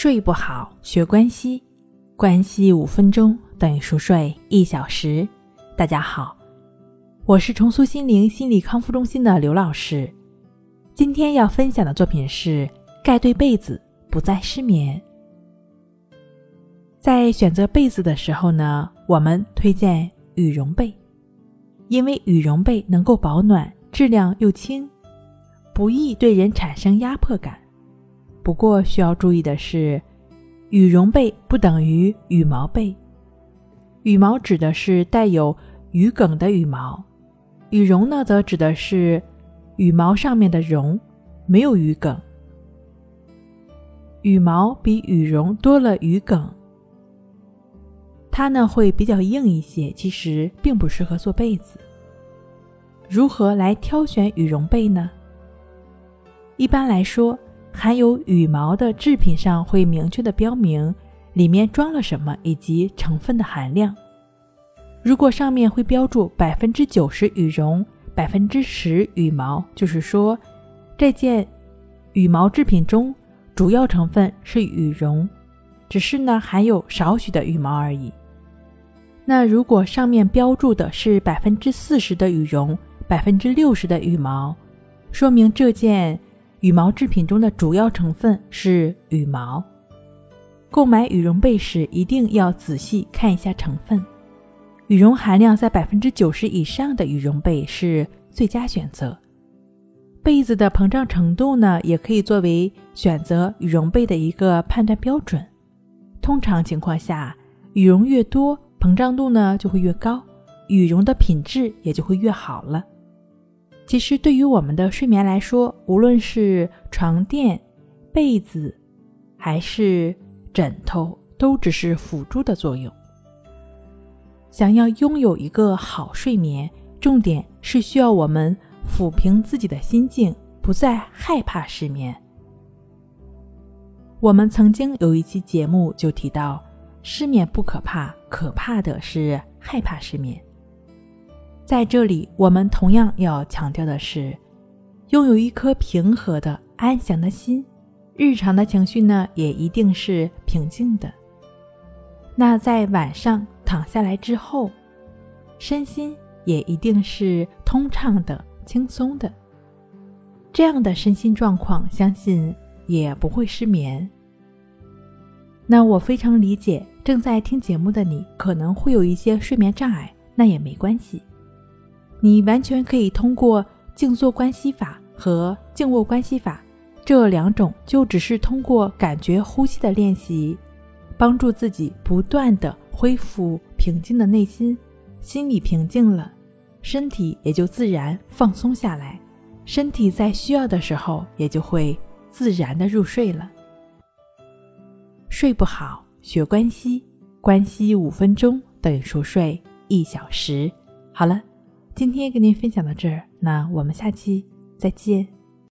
睡不好学关系，关系5分钟等于熟睡1小时。大家好，我是重塑心灵心理康复中心的刘老师。今天要分享的作品是盖对被子，不再失眠。在选择被子的时候呢，我们推荐羽绒被，因为羽绒被能够保暖，质量又轻，不易对人产生压迫感。不过需要注意的是，羽绒被不等于羽毛被。羽毛指的是带有羽梗的羽毛，羽绒呢则指的是羽毛上面的绒，没有羽梗。羽毛比羽绒多了羽梗，它呢会比较硬一些，其实并不适合做被子。如何来挑选羽绒被呢？一般来说，含有羽毛的制品上会明确地标明里面装了什么以及成分的含量。如果上面会标注 90% 羽绒 10% 羽毛，就是说这件羽毛制品中主要成分是羽绒，只是呢含有少许的羽毛而已。那如果上面标注的是 40% 的羽绒 60% 的羽毛，说明这件羽毛制品中的主要成分是羽毛。购买羽绒被时一定要仔细看一下成分，羽绒含量在 90% 以上的羽绒被是最佳选择。被子的膨胀程度呢，也可以作为选择羽绒被的一个判断标准。通常情况下，羽绒越多，膨胀度呢就会越高，羽绒的品质也就会越好了。其实对于我们的睡眠来说，无论是床垫、被子还是枕头，都只是辅助的作用。想要拥有一个好睡眠，重点是需要我们抚平自己的心境，不再害怕失眠。我们曾经有一期节目就提到，失眠不可怕，可怕的是害怕失眠。在这里，我们同样要强调的是，拥有一颗平和的、安详的心，日常的情绪呢，也一定是平静的。那在晚上躺下来之后，身心也一定是通畅的、轻松的。这样的身心状况，相信也不会失眠。那我非常理解，正在听节目的你可能会有一些睡眠障碍，那也没关系。你完全可以通过静坐关系法和静卧关系法这2种，就只是通过感觉呼吸的练习，帮助自己不断地恢复平静的内心。心理平静了，身体也就自然放松下来，身体在需要的时候也就会自然地入睡了。睡不好学关系，关系5分钟等于熟睡1小时。好了，今天跟您分享到这儿，那我们下期再见。